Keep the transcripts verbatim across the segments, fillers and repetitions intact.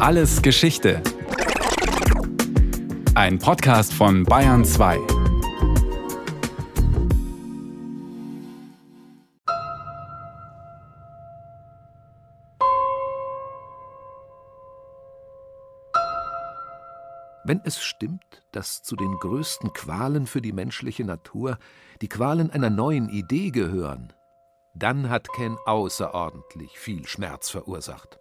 Alles Geschichte. Ein Podcast von Bayern zwei. Wenn es stimmt, dass zu den größten Qualen für die menschliche Natur die Qualen einer neuen Idee gehören, dann hat Ken außerordentlich viel Schmerz verursacht.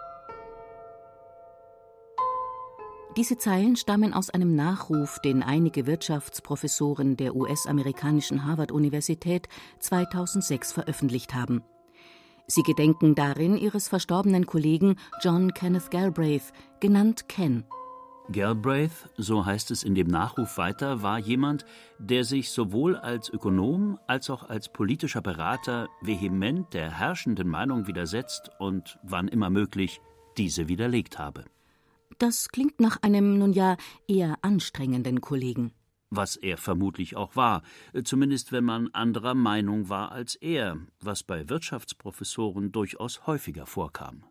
Diese Zeilen stammen aus einem Nachruf, den einige Wirtschaftsprofessoren der U S-amerikanischen Harvard-Universität zweitausendsechs veröffentlicht haben. Sie gedenken darin ihres verstorbenen Kollegen John Kenneth Galbraith, genannt Ken. Galbraith, so heißt es in dem Nachruf weiter, war jemand, der sich sowohl als Ökonom als auch als politischer Berater vehement der herrschenden Meinung widersetzt und, wann immer möglich, diese widerlegt habe. Das klingt nach einem, nun ja, eher anstrengenden Kollegen. Was er vermutlich auch war, zumindest wenn man anderer Meinung war als er, was bei Wirtschaftsprofessoren durchaus häufiger vorkam.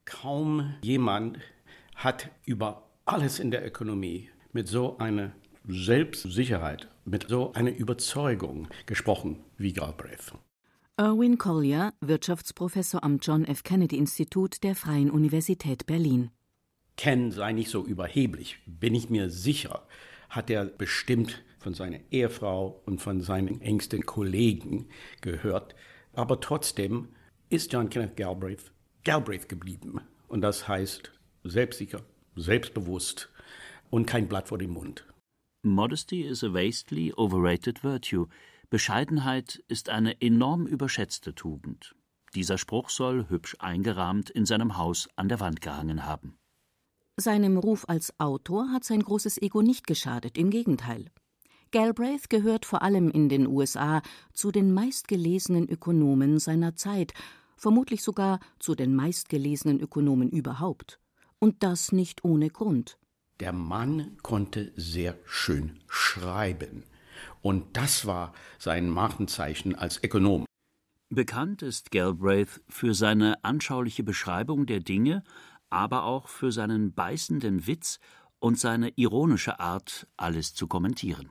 Kaum jemand hat über alles in der Ökonomie mit so einer Selbstsicherheit, mit so einer Überzeugung gesprochen wie Galbraith. Irwin Collier, Wirtschaftsprofessor am John F. Kennedy Institut der Freien Universität Berlin. Ken sei nicht so überheblich, bin ich mir sicher, hat er bestimmt von seiner Ehefrau und von seinen engsten Kollegen gehört. Aber trotzdem ist John Kenneth Galbraith Galbraith geblieben. Und das heißt selbstsicher, selbstbewusst und kein Blatt vor den Mund. Modesty is a vastly overrated virtue. Bescheidenheit ist eine enorm überschätzte Tugend. Dieser Spruch soll, hübsch eingerahmt, in seinem Haus an der Wand gehangen haben. Seinem Ruf als Autor hat sein großes Ego nicht geschadet, im Gegenteil. Galbraith gehört vor allem in den U S A zu den meistgelesenen Ökonomen seiner Zeit, vermutlich sogar zu den meistgelesenen Ökonomen überhaupt. Und das nicht ohne Grund. Der Mann konnte sehr schön schreiben. Und das war sein Markenzeichen als Ökonom. Bekannt ist Galbraith für seine anschauliche Beschreibung der Dinge, aber auch für seinen beißenden Witz und seine ironische Art, alles zu kommentieren.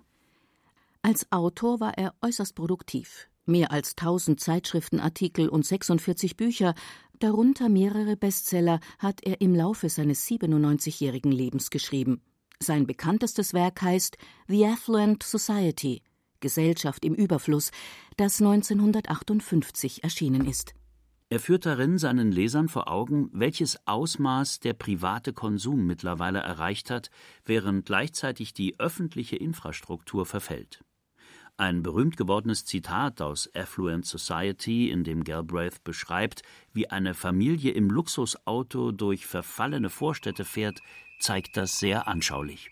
Als Autor war er äußerst produktiv. Mehr als tausend Zeitschriftenartikel und sechsundvierzig Bücher, darunter mehrere Bestseller, hat er im Laufe seines siebenundneunzigjährigen Lebens geschrieben. Sein bekanntestes Werk heißt The Affluent Society, Gesellschaft im Überfluss, das neunzehnhundertachtundfünfzig erschienen ist. Er führt darin seinen Lesern vor Augen, welches Ausmaß der private Konsum mittlerweile erreicht hat, während gleichzeitig die öffentliche Infrastruktur verfällt. Ein berühmt gewordenes Zitat aus Affluent Society, in dem Galbraith beschreibt, wie eine Familie im Luxusauto durch verfallene Vorstädte fährt, zeigt das sehr anschaulich.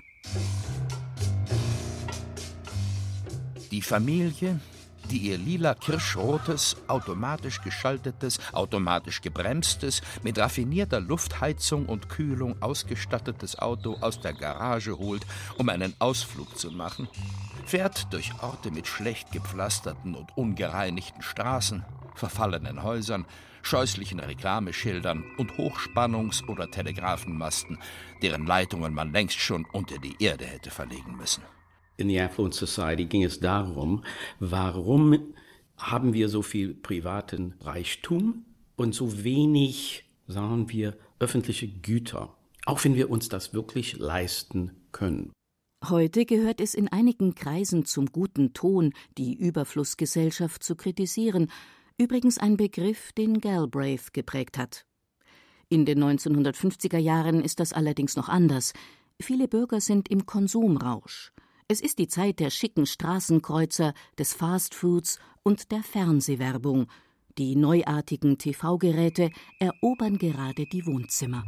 Die Familie, die ihr lila-kirschrotes, automatisch geschaltetes, automatisch gebremstes, mit raffinierter Luftheizung und Kühlung ausgestattetes Auto aus der Garage holt, um einen Ausflug zu machen, fährt durch Orte mit schlecht gepflasterten und ungereinigten Straßen, verfallenen Häusern, scheußlichen Reklameschildern und Hochspannungs- oder Telegrafenmasten, deren Leitungen man längst schon unter die Erde hätte verlegen müssen. In The Affluent Society ging es darum, warum haben wir so viel privaten Reichtum und so wenig, sagen wir, öffentliche Güter, auch wenn wir uns das wirklich leisten können. Heute gehört es in einigen Kreisen zum guten Ton, die Überflussgesellschaft zu kritisieren, übrigens ein Begriff, den Galbraith geprägt hat. In den neunzehnhundertfünfziger Jahren ist das allerdings noch anders. Viele Bürger sind im Konsumrausch. Es ist die Zeit der schicken Straßenkreuzer, des Fastfoods und der Fernsehwerbung. Die neuartigen T V-Geräte erobern gerade die Wohnzimmer.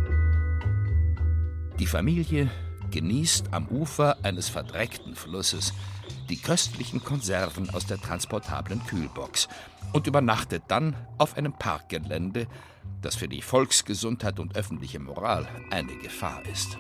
Die Familie genießt am Ufer eines verdreckten Flusses die köstlichen Konserven aus der transportablen Kühlbox und übernachtet dann auf einem Parkgelände, das für die Volksgesundheit und öffentliche Moral eine Gefahr ist.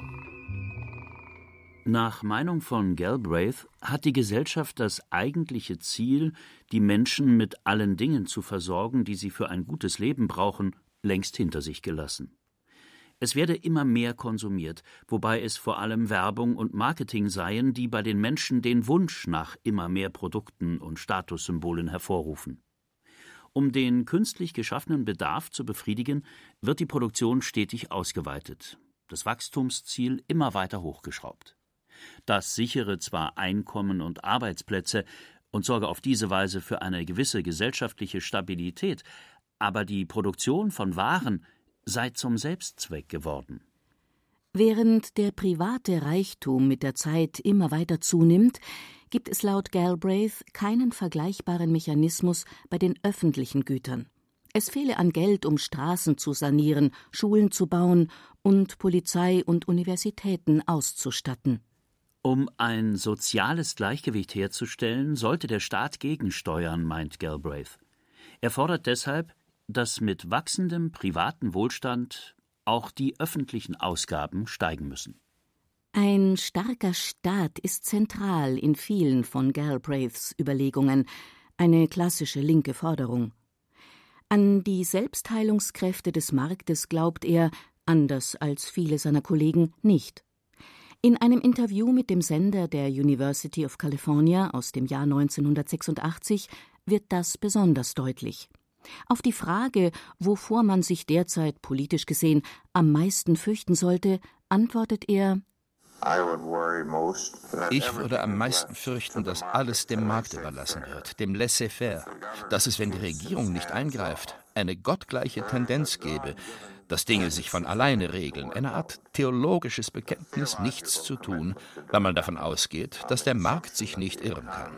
Nach Meinung von Galbraith hat die Gesellschaft das eigentliche Ziel, die Menschen mit allen Dingen zu versorgen, die sie für ein gutes Leben brauchen, längst hinter sich gelassen. Es werde immer mehr konsumiert, wobei es vor allem Werbung und Marketing seien, die bei den Menschen den Wunsch nach immer mehr Produkten und Statussymbolen hervorrufen. Um den künstlich geschaffenen Bedarf zu befriedigen, wird die Produktion stetig ausgeweitet, das Wachstumsziel immer weiter hochgeschraubt. Das sichere zwar Einkommen und Arbeitsplätze und sorge auf diese Weise für eine gewisse gesellschaftliche Stabilität, aber die Produktion von Waren sei zum Selbstzweck geworden. Während der private Reichtum mit der Zeit immer weiter zunimmt, gibt es laut Galbraith keinen vergleichbaren Mechanismus bei den öffentlichen Gütern. Es fehle an Geld, um Straßen zu sanieren, Schulen zu bauen und Polizei und Universitäten auszustatten. Um ein soziales Gleichgewicht herzustellen, sollte der Staat gegensteuern, meint Galbraith. Er fordert deshalb, dass mit wachsendem privaten Wohlstand auch die öffentlichen Ausgaben steigen müssen. Ein starker Staat ist zentral in vielen von Galbraiths Überlegungen, eine klassische linke Forderung. An die Selbstheilungskräfte des Marktes glaubt er, anders als viele seiner Kollegen, nicht. In einem Interview mit dem Sender der University of California aus dem Jahr neunzehnhundertsechsundachtzig wird das besonders deutlich. Auf die Frage, wovor man sich derzeit politisch gesehen am meisten fürchten sollte, antwortet er: Ich würde am meisten fürchten, dass alles dem Markt überlassen wird, dem Laissez-faire, dass es, wenn die Regierung nicht eingreift, eine gottgleiche Tendenz gäbe, dass Dinge sich von alleine regeln, eine Art theologisches Bekenntnis, nichts zu tun, weil man davon ausgeht, dass der Markt sich nicht irren kann.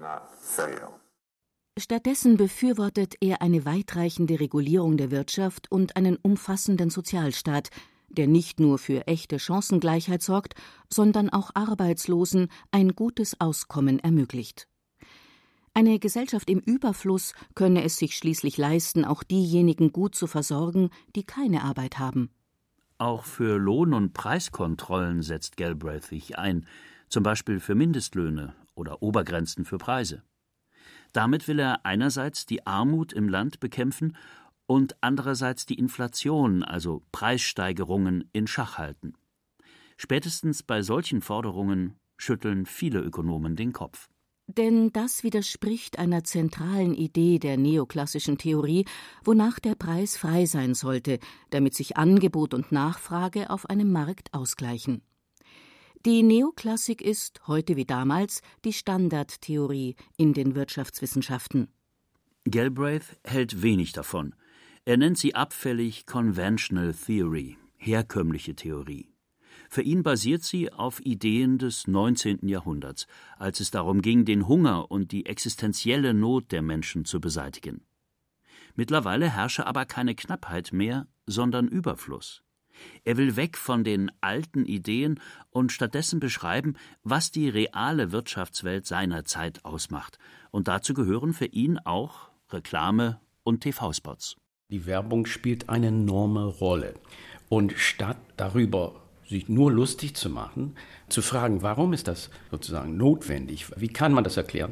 Stattdessen befürwortet er eine weitreichende Regulierung der Wirtschaft und einen umfassenden Sozialstaat, der nicht nur für echte Chancengleichheit sorgt, sondern auch Arbeitslosen ein gutes Auskommen ermöglicht. Eine Gesellschaft im Überfluss könne es sich schließlich leisten, auch diejenigen gut zu versorgen, die keine Arbeit haben. Auch für Lohn- und Preiskontrollen setzt Galbraith sich ein, zum Beispiel für Mindestlöhne oder Obergrenzen für Preise. Damit will er einerseits die Armut im Land bekämpfen und andererseits die Inflation, also Preissteigerungen, in Schach halten. Spätestens bei solchen Forderungen schütteln viele Ökonomen den Kopf. Denn das widerspricht einer zentralen Idee der neoklassischen Theorie, wonach der Preis frei sein sollte, damit sich Angebot und Nachfrage auf einem Markt ausgleichen. Die Neoklassik ist, heute wie damals, die Standardtheorie in den Wirtschaftswissenschaften. Galbraith hält wenig davon. Er nennt sie abfällig Conventional Theory, herkömmliche Theorie. Für ihn basiert sie auf Ideen des neunzehnten Jahrhunderts, als es darum ging, den Hunger und die existenzielle Not der Menschen zu beseitigen. Mittlerweile herrsche aber keine Knappheit mehr, sondern Überfluss. Er will weg von den alten Ideen und stattdessen beschreiben, was die reale Wirtschaftswelt seiner Zeit ausmacht. Und dazu gehören für ihn auch Reklame und T V-Spots. Die Werbung spielt eine enorme Rolle. Und statt darüber sich nur lustig zu machen, zu fragen, warum ist das sozusagen notwendig? Wie kann man das erklären?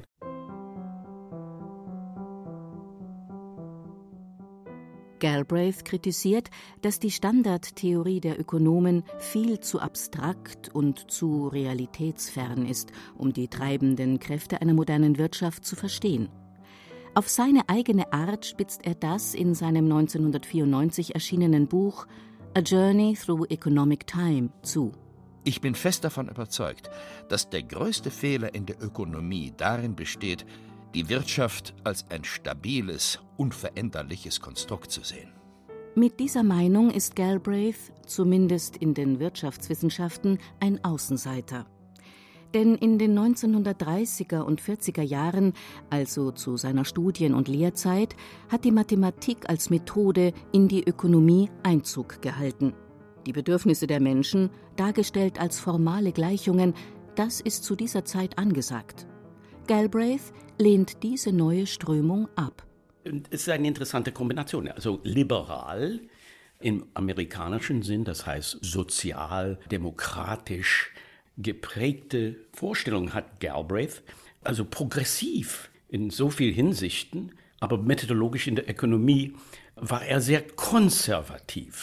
Galbraith kritisiert, dass die Standardtheorie der Ökonomen viel zu abstrakt und zu realitätsfern ist, um die treibenden Kräfte einer modernen Wirtschaft zu verstehen. Auf seine eigene Art spitzt er das in seinem neunzehnhundertvierundneunzig erschienenen Buch A Journey Through Economic Time zu. Ich bin fest davon überzeugt, dass der größte Fehler in der Ökonomie darin besteht, die Wirtschaft als ein stabiles, unveränderliches Konstrukt zu sehen. Mit dieser Meinung ist Galbraith, zumindest in den Wirtschaftswissenschaften, ein Außenseiter. Denn in den neunzehnhundertdreißiger und vierziger Jahren, also zu seiner Studien- und Lehrzeit, hat die Mathematik als Methode in die Ökonomie Einzug gehalten. Die Bedürfnisse der Menschen, dargestellt als formale Gleichungen, das ist zu dieser Zeit angesagt. Galbraith lehnt diese neue Strömung ab. Es ist eine interessante Kombination. Also liberal im amerikanischen Sinn, das heißt sozial, demokratisch geprägte Vorstellung hat Galbraith, also progressiv in so vielen Hinsichten, aber methodologisch in der Ökonomie war er sehr konservativ.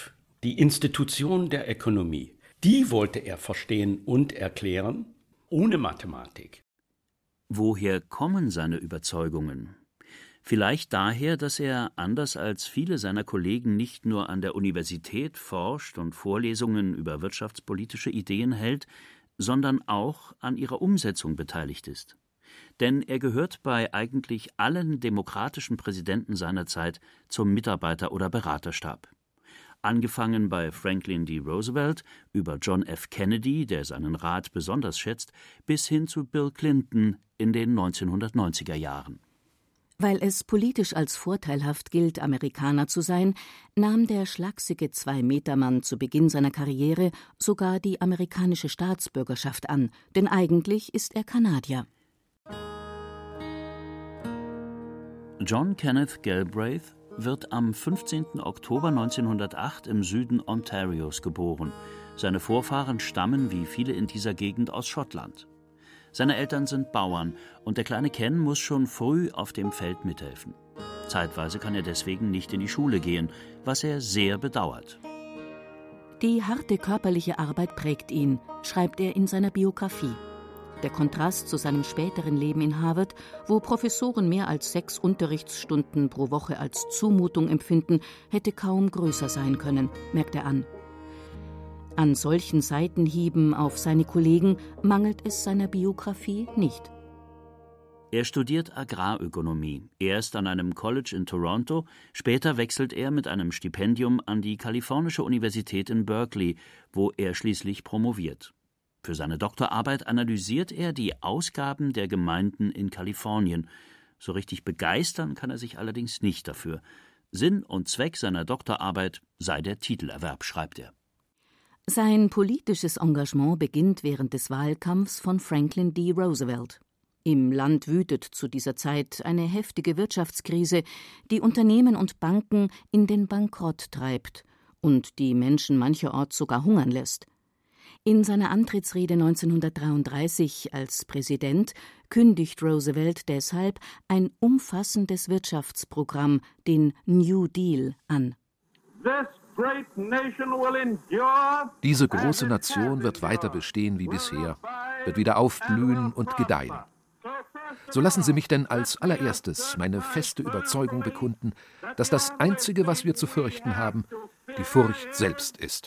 Die Institution der Ökonomie, die wollte er verstehen und erklären, ohne Mathematik. Woher kommen seine Überzeugungen? Vielleicht daher, dass er, anders als viele seiner Kollegen, nicht nur an der Universität forscht und Vorlesungen über wirtschaftspolitische Ideen hält, sondern auch an ihrer Umsetzung beteiligt ist. Denn er gehört bei eigentlich allen demokratischen Präsidenten seiner Zeit zum Mitarbeiter- oder Beraterstab. Angefangen bei Franklin D. Roosevelt, über John F. Kennedy, der seinen Rat besonders schätzt, bis hin zu Bill Clinton in den neunzehnhundertneunziger Jahren. Weil es politisch als vorteilhaft gilt, Amerikaner zu sein, nahm der schlachsige Zwei-Meter-Mann zu Beginn seiner Karriere sogar die amerikanische Staatsbürgerschaft an, denn eigentlich ist er Kanadier. John Kenneth Galbraith wird am fünfzehnten Oktober neunzehnhundertacht im Süden Ontarios geboren. Seine Vorfahren stammen, wie viele in dieser Gegend, aus Schottland. Seine Eltern sind Bauern und der kleine Ken muss schon früh auf dem Feld mithelfen. Zeitweise kann er deswegen nicht in die Schule gehen, was er sehr bedauert. Die harte körperliche Arbeit prägt ihn, schreibt er in seiner Biografie. Der Kontrast zu seinem späteren Leben in Harvard, wo Professoren mehr als sechs Unterrichtsstunden pro Woche als Zumutung empfinden, hätte kaum größer sein können, merkt er an. An solchen Seitenhieben auf seine Kollegen mangelt es seiner Biografie nicht. Er studiert Agrarökonomie, erst an einem College in Toronto, später wechselt er mit einem Stipendium an die Kalifornische Universität in Berkeley, wo er schließlich promoviert. Für seine Doktorarbeit analysiert er die Ausgaben der Gemeinden in Kalifornien. So richtig begeistern kann er sich allerdings nicht dafür. Sinn und Zweck seiner Doktorarbeit sei der Titelerwerb, schreibt er. Sein politisches Engagement beginnt während des Wahlkampfs von Franklin D. Roosevelt. Im Land wütet zu dieser Zeit eine heftige Wirtschaftskrise, die Unternehmen und Banken in den Bankrott treibt und die Menschen mancherorts sogar hungern lässt. In seiner Antrittsrede neunzehnhundertdreiunddreißig als Präsident kündigt Roosevelt deshalb ein umfassendes Wirtschaftsprogramm, den New Deal, an. Diese große Nation wird weiter bestehen wie bisher, wird wieder aufblühen und gedeihen. So lassen Sie mich denn als allererstes meine feste Überzeugung bekunden, dass das Einzige, was wir zu fürchten haben, die Furcht selbst ist.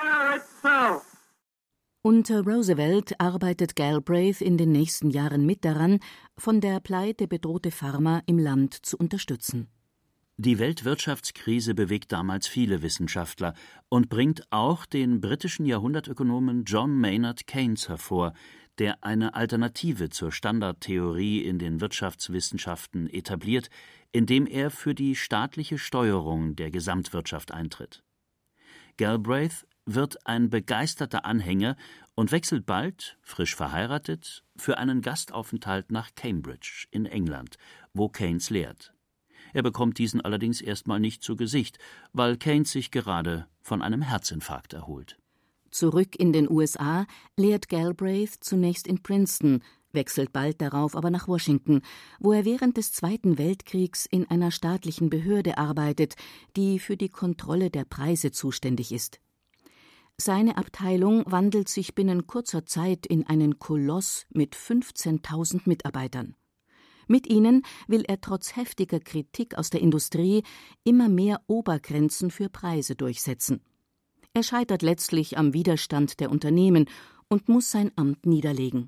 Unter Roosevelt arbeitet Galbraith in den nächsten Jahren mit daran, von der Pleite bedrohte Farmer im Land zu unterstützen. Die Weltwirtschaftskrise bewegt damals viele Wissenschaftler und bringt auch den britischen Jahrhundertökonomen John Maynard Keynes hervor, der eine Alternative zur Standardtheorie in den Wirtschaftswissenschaften etabliert, indem er für die staatliche Steuerung der Gesamtwirtschaft eintritt. Galbraith wird ein begeisterter Anhänger und wechselt bald, frisch verheiratet, für einen Gastaufenthalt nach Cambridge in England, wo Keynes lehrt. Er bekommt diesen allerdings erstmal nicht zu Gesicht, weil Keynes sich gerade von einem Herzinfarkt erholt. Zurück in den U S A lehrt Galbraith zunächst in Princeton, wechselt bald darauf aber nach Washington, wo er während des Zweiten Weltkriegs in einer staatlichen Behörde arbeitet, die für die Kontrolle der Preise zuständig ist. Seine Abteilung wandelt sich binnen kurzer Zeit in einen Koloss mit fünfzehntausend Mitarbeitern. Mit ihnen will er trotz heftiger Kritik aus der Industrie immer mehr Obergrenzen für Preise durchsetzen. Er scheitert letztlich am Widerstand der Unternehmen und muss sein Amt niederlegen.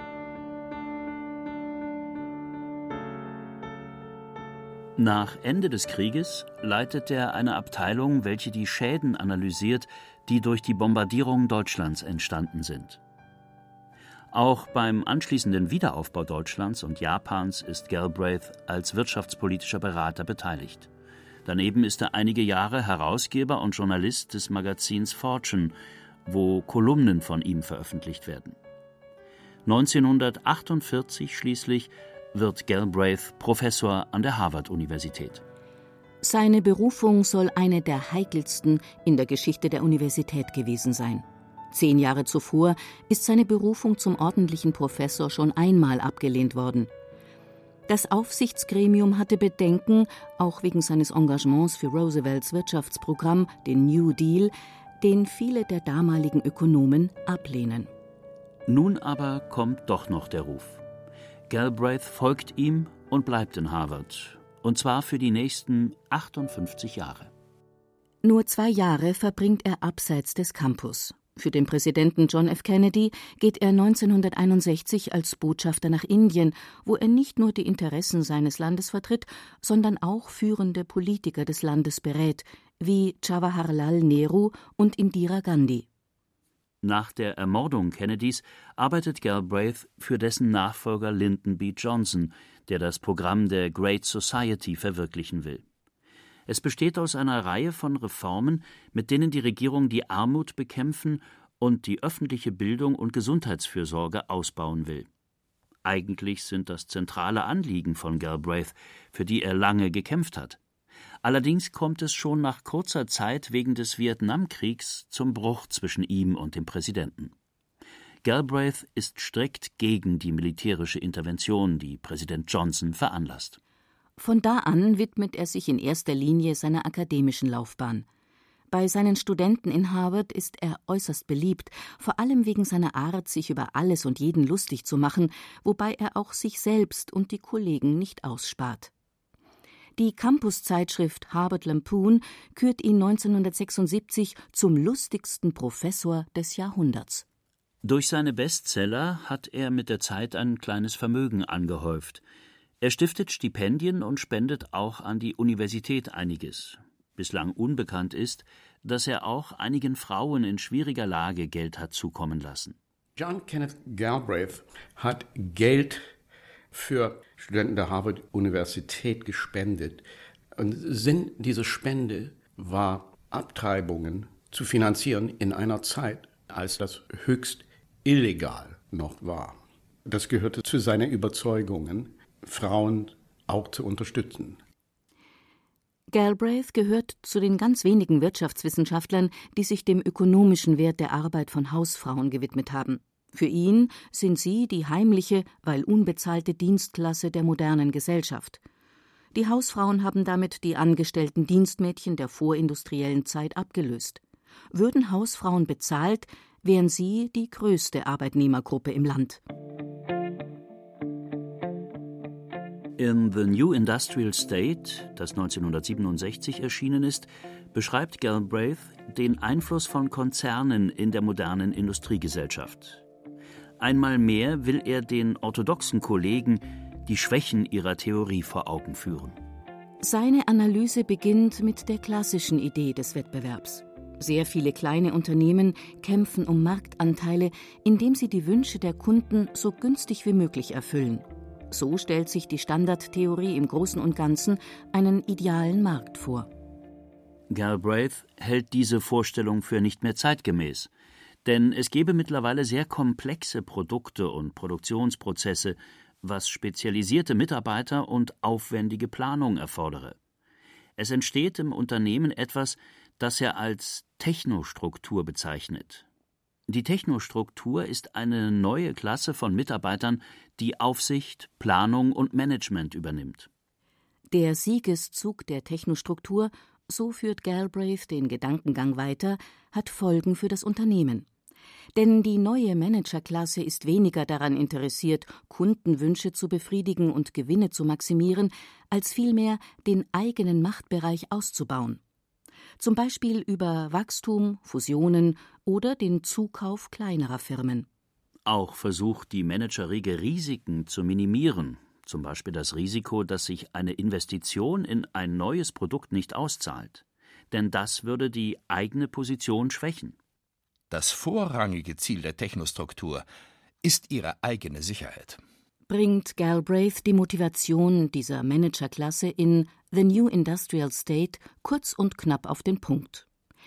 Nach Ende des Krieges leitet er eine Abteilung, welche die Schäden analysiert, die durch die Bombardierung Deutschlands entstanden sind. Auch beim anschließenden Wiederaufbau Deutschlands und Japans ist Galbraith als wirtschaftspolitischer Berater beteiligt. Daneben ist er einige Jahre Herausgeber und Journalist des Magazins Fortune, wo Kolumnen von ihm veröffentlicht werden. neunzehnhundertachtundvierzig schließlich wird Galbraith Professor an der Harvard-Universität. Seine Berufung soll eine der heikelsten in der Geschichte der Universität gewesen sein. Zehn Jahre zuvor ist seine Berufung zum ordentlichen Professor schon einmal abgelehnt worden. Das Aufsichtsgremium hatte Bedenken, auch wegen seines Engagements für Roosevelts Wirtschaftsprogramm, den New Deal, den viele der damaligen Ökonomen ablehnen. Nun aber kommt doch noch der Ruf. Galbraith folgt ihm und bleibt in Harvard, und zwar für die nächsten achtundfünfzig Jahre. Nur zwei Jahre verbringt er abseits des Campus. Für den Präsidenten John F. Kennedy geht er neunzehnhunderteinundsechzig als Botschafter nach Indien, wo er nicht nur die Interessen seines Landes vertritt, sondern auch führende Politiker des Landes berät, wie Jawaharlal Nehru und Indira Gandhi. Nach der Ermordung Kennedys arbeitet Galbraith für dessen Nachfolger Lyndon B. Johnson, der das Programm der Great Society verwirklichen will. Es besteht aus einer Reihe von Reformen, mit denen die Regierung die Armut bekämpfen und die öffentliche Bildung und Gesundheitsfürsorge ausbauen will. Eigentlich sind das zentrale Anliegen von Galbraith, für die er lange gekämpft hat. Allerdings kommt es schon nach kurzer Zeit wegen des Vietnamkriegs zum Bruch zwischen ihm und dem Präsidenten. Galbraith ist strikt gegen die militärische Intervention, die Präsident Johnson veranlasst. Von da an widmet er sich in erster Linie seiner akademischen Laufbahn. Bei seinen Studenten in Harvard ist er äußerst beliebt, vor allem wegen seiner Art, sich über alles und jeden lustig zu machen, wobei er auch sich selbst und die Kollegen nicht ausspart. Die Campuszeitschrift Harvard Lampoon kürt ihn neunzehnhundertsechsundsiebzig zum lustigsten Professor des Jahrhunderts. Durch seine Bestseller hat er mit der Zeit ein kleines Vermögen angehäuft. Er stiftet Stipendien und spendet auch an die Universität einiges. Bislang unbekannt ist, dass er auch einigen Frauen in schwieriger Lage Geld hat zukommen lassen. John Kenneth Galbraith hat Geld für Studenten der Harvard-Universität gespendet. Und Sinn dieser Spende war, Abtreibungen zu finanzieren in einer Zeit, als das höchst illegal noch war. Das gehörte zu seinen Überzeugungen, Frauen auch zu unterstützen. Galbraith gehört zu den ganz wenigen Wirtschaftswissenschaftlern, die sich dem ökonomischen Wert der Arbeit von Hausfrauen gewidmet haben. Für ihn sind sie die heimliche, weil unbezahlte Dienstklasse der modernen Gesellschaft. Die Hausfrauen haben damit die angestellten Dienstmädchen der vorindustriellen Zeit abgelöst. Würden Hausfrauen bezahlt, wären sie die größte Arbeitnehmergruppe im Land. In The New Industrial State, das neunzehnhundertsiebenundsechzig erschienen ist, beschreibt Galbraith den Einfluss von Konzernen in der modernen Industriegesellschaft. Einmal mehr will er den orthodoxen Kollegen die Schwächen ihrer Theorie vor Augen führen. Seine Analyse beginnt mit der klassischen Idee des Wettbewerbs. Sehr viele kleine Unternehmen kämpfen um Marktanteile, indem sie die Wünsche der Kunden so günstig wie möglich erfüllen. So stellt sich die Standardtheorie im Großen und Ganzen einen idealen Markt vor. Galbraith hält diese Vorstellung für nicht mehr zeitgemäß, denn es gebe mittlerweile sehr komplexe Produkte und Produktionsprozesse, was spezialisierte Mitarbeiter und aufwendige Planung erfordere. Es entsteht im Unternehmen etwas, das er als Technostruktur bezeichnet. Die Technostruktur ist eine neue Klasse von Mitarbeitern, die Aufsicht, Planung und Management übernimmt. Der Siegeszug der Technostruktur, so führt Galbraith den Gedankengang weiter, hat Folgen für das Unternehmen. Denn die neue Managerklasse ist weniger daran interessiert, Kundenwünsche zu befriedigen und Gewinne zu maximieren, als vielmehr den eigenen Machtbereich auszubauen. Zum Beispiel über Wachstum, Fusionen oder den Zukauf kleinerer Firmen. Auch versucht die Managerriege Risiken zu minimieren, zum Beispiel das Risiko, dass sich eine Investition in ein neues Produkt nicht auszahlt. Denn das würde die eigene Position schwächen. Das vorrangige Ziel der Technostruktur ist ihre eigene Sicherheit. Bringt Galbraith die Motivation dieser Managerklasse in The New Industrial State kurz und knapp auf den Punkt.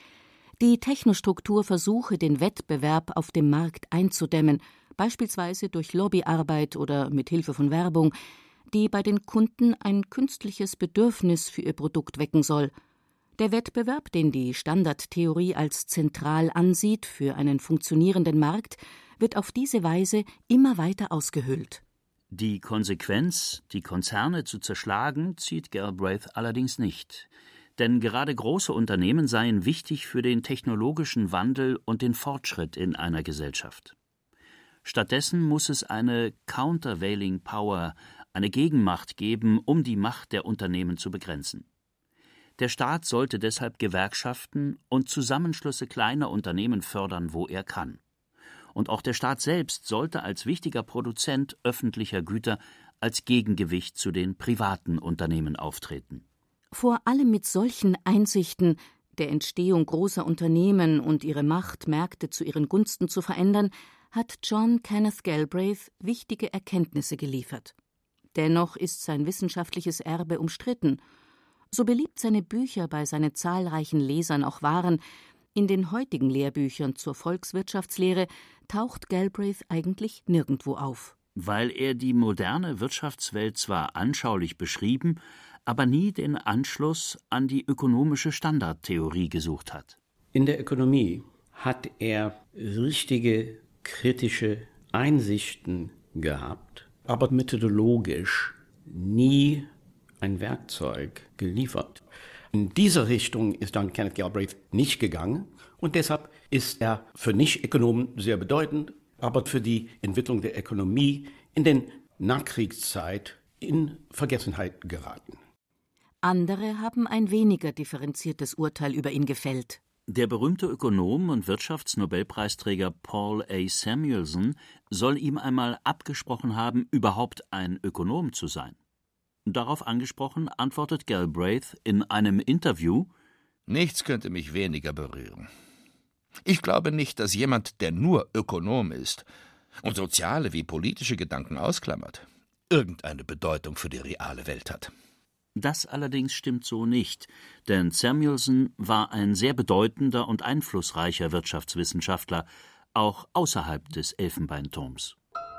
Die Technostruktur versuche, den Wettbewerb auf dem Markt einzudämmen, beispielsweise durch Lobbyarbeit oder mit Hilfe von Werbung, die bei den Kunden ein künstliches Bedürfnis für ihr Produkt wecken soll. Der Wettbewerb, den die Standardtheorie als zentral ansieht für einen funktionierenden Markt, wird auf diese Weise immer weiter ausgehöhlt. Die Konsequenz, die Konzerne zu zerschlagen, zieht Galbraith allerdings nicht. Denn gerade große Unternehmen seien wichtig für den technologischen Wandel und den Fortschritt in einer Gesellschaft. Stattdessen muss es eine Countervailing Power, eine Gegenmacht geben, um die Macht der Unternehmen zu begrenzen. Der Staat sollte deshalb Gewerkschaften und Zusammenschlüsse kleiner Unternehmen fördern, wo er kann. Und auch der Staat selbst sollte als wichtiger Produzent öffentlicher Güter als Gegengewicht zu den privaten Unternehmen auftreten. Vor allem mit solchen Einsichten, der Entstehung großer Unternehmen und ihre Macht, Märkte zu ihren Gunsten zu verändern, hat John Kenneth Galbraith wichtige Erkenntnisse geliefert. Dennoch ist sein wissenschaftliches Erbe umstritten. So beliebt seine Bücher bei seinen zahlreichen Lesern auch waren, in den heutigen Lehrbüchern zur Volkswirtschaftslehre taucht Galbraith eigentlich nirgendwo auf. Weil er die moderne Wirtschaftswelt zwar anschaulich beschrieben, aber nie den Anschluss an die ökonomische Standardtheorie gesucht hat. In der Ökonomie hat er richtige kritische Einsichten gehabt, aber methodologisch nie ein Werkzeug geliefert. In diese Richtung ist dann Kenneth Galbraith nicht gegangen und deshalb ist er für Nicht-Ökonomen sehr bedeutend, aber für die Entwicklung der Ökonomie in der Nachkriegszeit in Vergessenheit geraten. Andere haben ein weniger differenziertes Urteil über ihn gefällt. Der berühmte Ökonom und Wirtschaftsnobelpreisträger Paul A. Samuelson soll ihm einmal abgesprochen haben, überhaupt ein Ökonom zu sein. Darauf angesprochen, antwortet Galbraith in einem Interview: Nichts könnte mich weniger berühren. Ich glaube nicht, dass jemand, der nur Ökonom ist und soziale wie politische Gedanken ausklammert, irgendeine Bedeutung für die reale Welt hat. Das allerdings stimmt so nicht, denn Samuelson war ein sehr bedeutender und einflussreicher Wirtschaftswissenschaftler, auch außerhalb des Elfenbeinturms.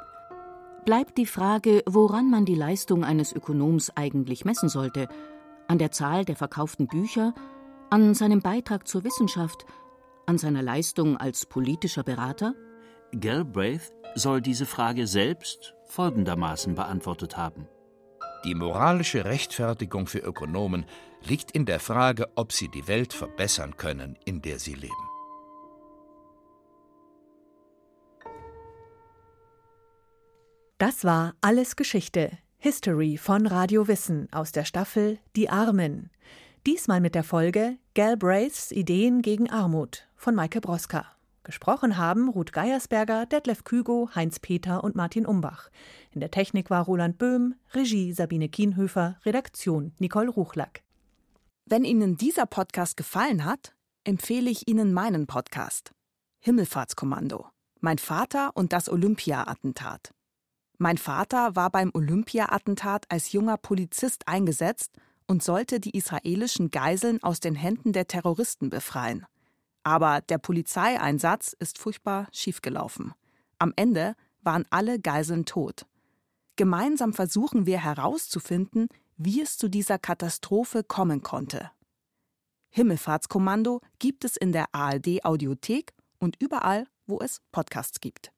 Bleibt die Frage, woran man die Leistung eines Ökonoms eigentlich messen sollte: an der Zahl der verkauften Bücher, an seinem Beitrag zur Wissenschaft, an seiner Leistung als politischer Berater? Galbraith soll diese Frage selbst folgendermaßen beantwortet haben: Die moralische Rechtfertigung für Ökonomen liegt in der Frage, ob sie die Welt verbessern können, in der sie leben. Das war Alles Geschichte, History von Radio Wissen aus der Staffel Die Armen. Diesmal mit der Folge Galbraiths Ideen gegen Armut von Maike Broska. Gesprochen haben Ruth Geiersberger, Detlef Kügo, Heinz Peter und Martin Umbach. In der Technik war Roland Böhm, Regie Sabine Kienhöfer, Redaktion Nicole Ruchlack. Wenn Ihnen dieser Podcast gefallen hat, empfehle ich Ihnen meinen Podcast Himmelfahrtskommando. Mein Vater und das Olympia-Attentat. Mein Vater war beim Olympia-Attentat als junger Polizist eingesetzt und sollte die israelischen Geiseln aus den Händen der Terroristen befreien. Aber der Polizeieinsatz ist furchtbar schiefgelaufen. Am Ende waren alle Geiseln tot. Gemeinsam versuchen wir herauszufinden, wie es zu dieser Katastrophe kommen konnte. Himmelfahrtskommando gibt es in der A R D-Audiothek und überall, wo es Podcasts gibt.